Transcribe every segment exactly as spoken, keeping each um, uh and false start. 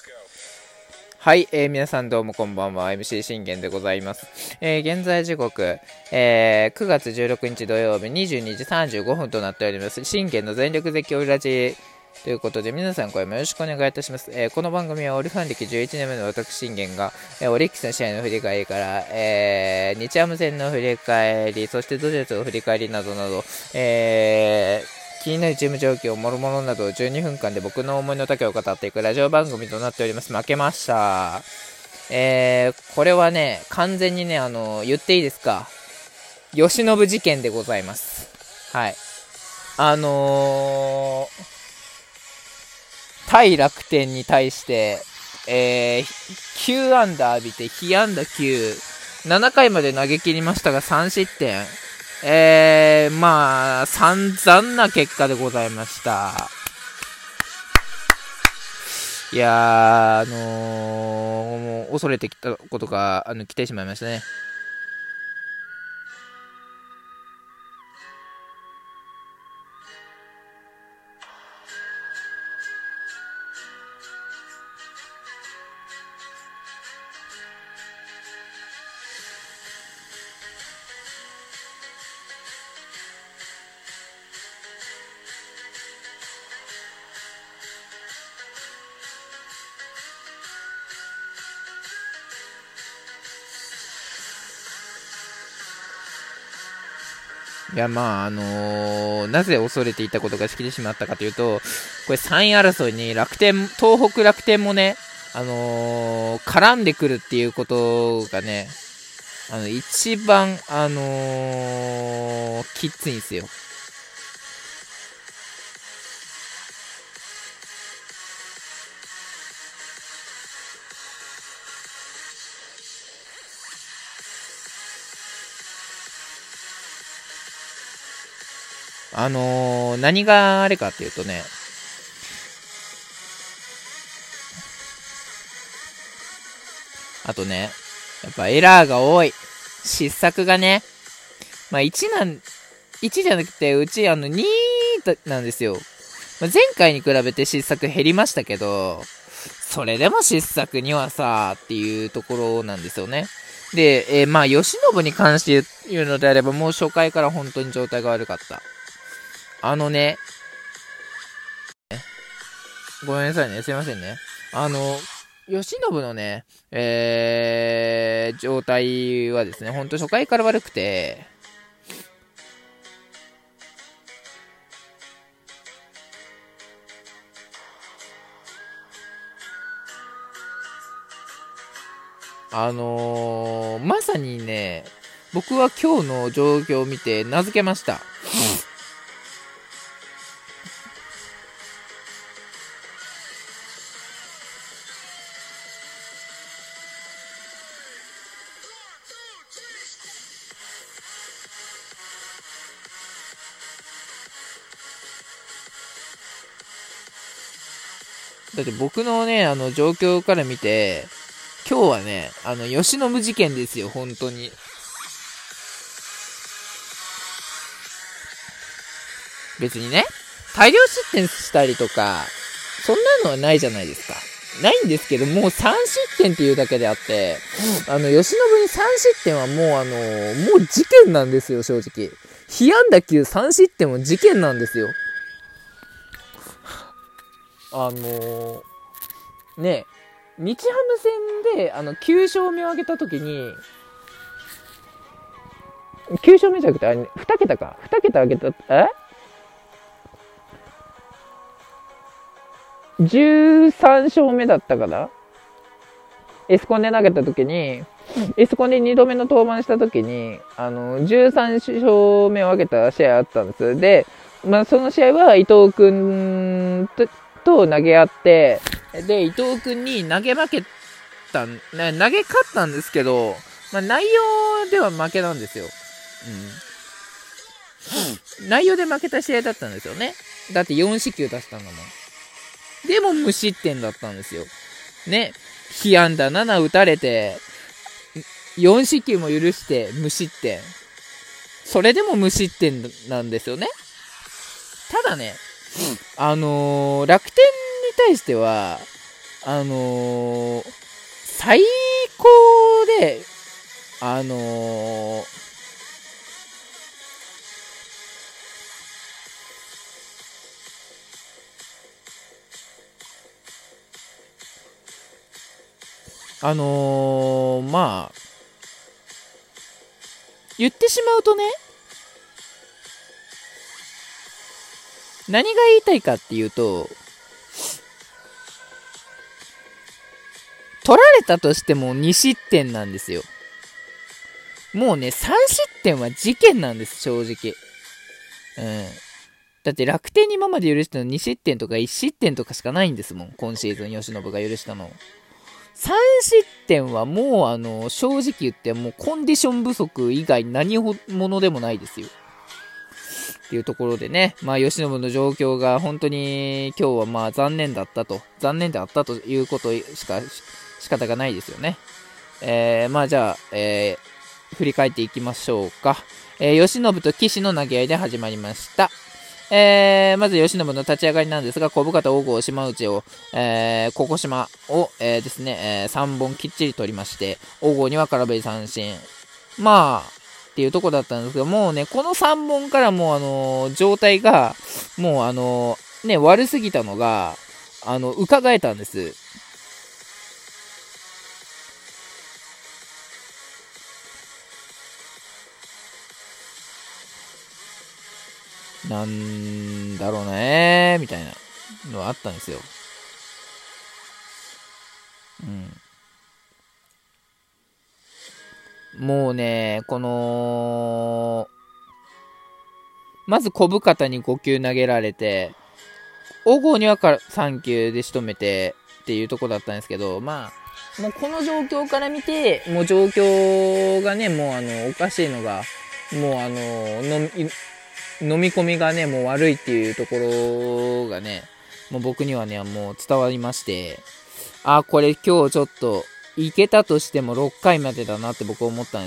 はい、えー、皆さんどうもこんばんは。 エムシー 信玄でございます。えー、現在時刻、えー、くがつじゅうろくにち土曜日にじゅうにじさんじゅうごふんとなっております。信玄の全力絶叫ラジということで、皆さんこれもよろしくお願いいたします。えー、この番組はオリファン歴じゅういちねんめの私信玄が、えー、オリックスの試合の振り返りから、えー、日ハム戦の振り返り、そしてドジャースの振り返りなどなど、えー気になるチーム状況、もろもろなどじゅうにふんかんで僕の思いの丈を語っていくラジオ番組となっております。負けました。えー、これはね、完全にね、あの、言っていいですか。慶喜事件でございます。はい。あのー、対楽天に対して、えー、きゅうアンダー浴びて、被安打きゅう、ななかいまで投げ切りましたがさんしってん。えー、まあ、散々な結果でございました。いやー、あのー、もう恐れてきたことが、あの、来てしまいましたね。いや、まあ、あのー、なぜ恐れていたことが来てしまったかというと、これさんい争いに楽天、東北楽天もね、あのー、絡んでくるっていうことがね、あの、一番、あのー、きついんですよ。あのー、何があれかっていうとね、あとね、やっぱエラーが多い。失策がね、まあいちなん、いちじゃなくて、うちあのになんですよ。まあ、前回に比べて失策減りましたけど、それでも失策にはさ、っていうところなんですよね。で、えー、まあ、慶喜に関して言うのであれば、もう初回から本当に状態が悪かった。あのね、ごめんなさいね、すいませんね。あの、慶喜のね、えー、状態はですね、本当初回から悪くて、あのー、まさにね、僕は今日の状況を見て名付けました。だって僕のね、あの状況から見て、今日はね、あの、慶喜事件ですよ、本当に。別にね、大量失点したりとか、そんなのはないじゃないですか。ないんですけど、もうさん失点っていうだけであって、あの、慶喜にさん失点はもうあの、もう事件なんですよ、正直。被安打級さん失点も事件なんですよ。あのー、ね、日ハム戦で、あの、きゅう勝目を挙げたときに、きゅう勝目じゃなくて、あれ、に桁か。に桁挙げた、えじゅうさん勝目だったかな。エスコンで投げた時に、エスコンでにどめの登板した時に、あの、じゅうさん勝目を挙げた試合あったんです。で、まあ、その試合は伊藤くんと、と投げ合って、で、伊藤くんに投げ負けた、ね、投げ勝ったんですけど、まあ、内容では負けなんですよ。うん。内容で負けた試合だったんですよね。だってよん四球出したんだもん。でも無失点だったんですよ。ね。被安打なな打たれて、よん四球も許して無失点。それでも無失点なんですよね。ただね、あのー、楽天に対しては、 あのー、最高で、あのー、あのー、まあ、言ってしまうとね、何が言いたいかっていうと、取られたとしてもに失点なんですよ。もうね、さん失点は事件なんです、正直。うん。だって楽天に今まで許したのに失点とかいち失点とかしかないんですもん。今シーズン、吉信が許したの。さん失点はもう、あの、正直言ってもうコンディション不足以外何者でもないですよ。っていうところでね、まあ、吉信の状況が本当に今日はまあ残念だったと、残念であったということしか仕方がないですよね。えー、まあじゃあ、えー、振り返っていきましょうか。えー、吉信と岸の投げ合いで始まりました。えー、まず吉信の立ち上がりなんですが、小深田、大郷、島内を、えー、小小島を、えー、ですね、えー、さんぼんきっちり取りまして、大郷には空振り三振。まあ、っていうとこだったんですけど、もうね、このさんぼんからもうあのー、状態が、もうあのー、ね、悪すぎたのが、あの、伺えたんです。なんだろうねー、みたいなのはあったんですよ。うん。もうね、この、まず小深田にごきゅう投げられて、大郷にはさんきゅうで仕留めてっていうとこだったんですけど、まあ、もうこの状況から見て、もう状況がね、もうあの、おかしいのが、もうあの、飲み、飲み込みがね、もう悪いっていうところがね、もう僕にはね、もう伝わりまして、あ、これ今日ちょっと、いけたとしてもろっかいまでだなって僕思ったんです。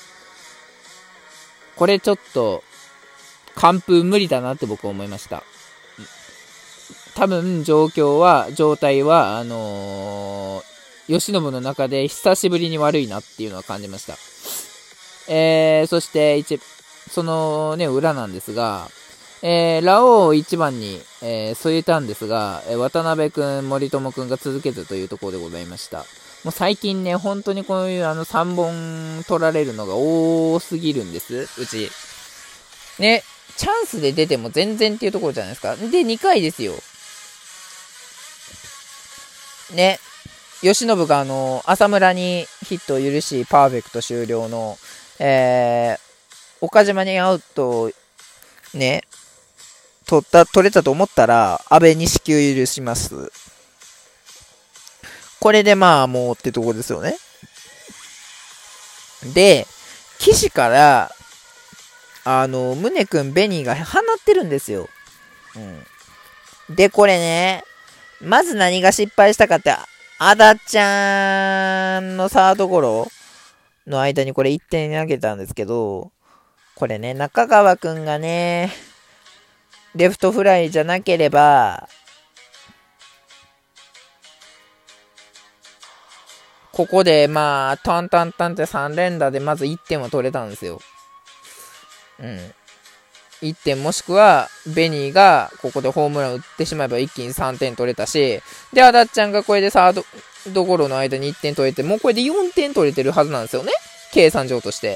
これちょっと、完封無理だなって僕思いました。多分状況は、状態は、あのー、吉信の中で久しぶりに悪いなっていうのは感じました。えー、そして、一、そのね、裏なんですが、えー、ラオウをいちばんに、えー、添えたんですが、えー、渡辺くん、森友くんが続けずというところでございました。もう最近ね、本当にこういうあのさんぼん取られるのが多すぎるんです、うち。ね、チャンスで出ても全然っていうところじゃないですか。で、にかいですよ。ね、吉信があの、浅村にヒットを許し、パーフェクト終了の、えー、岡島にアウト、ね、取った、取れたと思ったら、安倍に四球許します。これでまあ、もうってとこですよね。で、岸から、あの、宗くん、ベニーが放ってるんですよ。うん。で、これね、まず何が失敗したかって、あだちゃんのサードゴロの間にこれいってん投げたんですけど、これね、中川くんがね、レフトフライじゃなければ、ここでまあ、タンタンタンってさん連打でまずいってんは取れたんですよ。うん。いってんもしくは、ベニーがここでホームラン打ってしまえば一気にさんてん取れたし、で、あだっちゃんがこれでサードゴロの間にいってん取れて、もうこれでよんてん取れてるはずなんですよね。計算上として。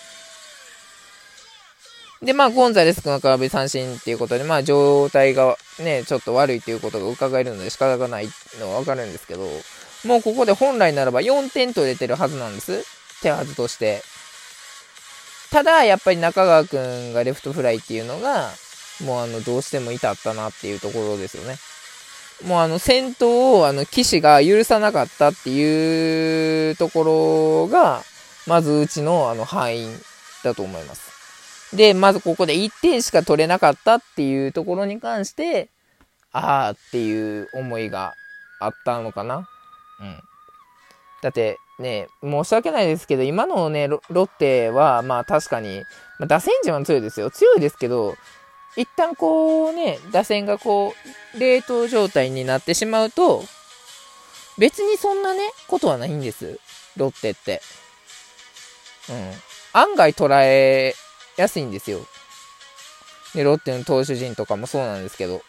で、まあ、ゴンザレス君が空振り三振っていうことで、まあ、状態がね、ちょっと悪いっていうことが伺えるので仕方がないのはわかるんですけど、もうここで本来ならばよんてん取れてるはずなんです。手はずとして。ただ、やっぱり中川くんがレフトフライっていうのが、もうあの、どうしても至ったなっていうところですよね。もうあの、先頭をあの、騎士が許さなかったっていうところが、まずうちのあの、敗因だと思います。で、まずここでいってんしか取れなかったっていうところに関して、あーっていう思いがあったのかな。うん。だってね、申し訳ないですけど、今のね、ロ, ロッテは、まあ確かに、まあ、打線陣は強いですよ。強いですけど、一旦こうね、打線がこう、冷凍状態になってしまうと、 別にそんなね、ことはないんです。ロッテって。うん。案外捉えやすいんですよ。で、ロッテの投手陣とかもそうなんですけど。うん。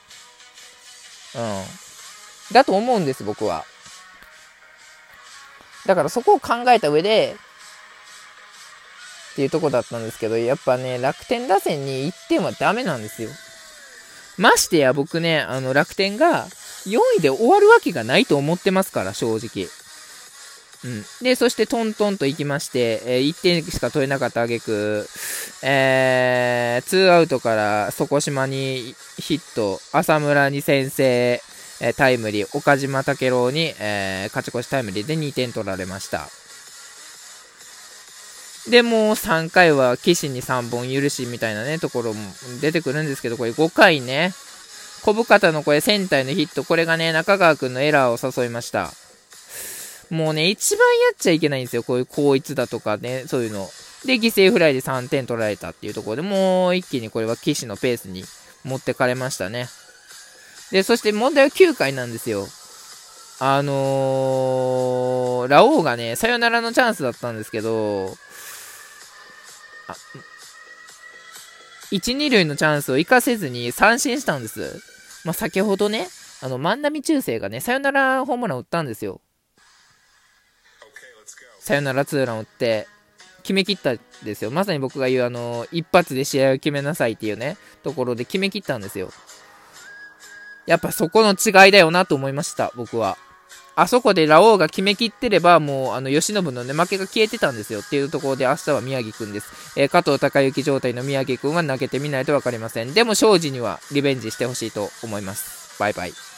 だと思うんです、僕は。だからそこを考えた上で、っていうとこだったんですけど、やっぱね、楽天打線にいってんはダメなんですよ。ましてや僕ね、あの楽天がよんいで終わるわけがないと思ってますから、正直。うん。で、そしてトントンと行きまして、えー、いってんしか取れなかった挙句、えー、ツーアウトから底島にヒット、浅村に先制、えー、タイムリー、岡島武郎に、えー、勝ち越しタイムリーでにてん取られました。で、もうさんかいは岸にさんぼん許しみたいなね、ところも出てくるんですけど、これごかいね、小深田のこれセンターへのヒット、これがね、中川くんのエラーを誘いました。もうね、一番やっちゃいけないんですよ。こういう高一だとかね、そういうの。で、犠牲フライでさんてん取られたっていうところでもう一気にこれは岸のペースに持ってかれましたね。で、そして問題はきゅうかいなんですよ。あのー、ラオウがね、サヨナラのチャンスだったんですけど、あいち、に塁のチャンスを生かせずに三振したんです。まあ、先ほどね、あの万波中正がね、サヨナラホームラン打ったんですよ。サヨナラツーラン打って決めきったんですよ。まさに僕が言うあの一発で試合を決めなさいっていうねところで決めきったんですよ。やっぱそこの違いだよなと思いました。僕はあそこでラオウが決めきってればもうあの吉信のね負けが消えてたんですよっていうところで、明日は宮城くんです、えー、加藤隆之状態の宮城くんは投げてみないと分かりません。でも庄司にはリベンジしてほしいと思います。バイバイ。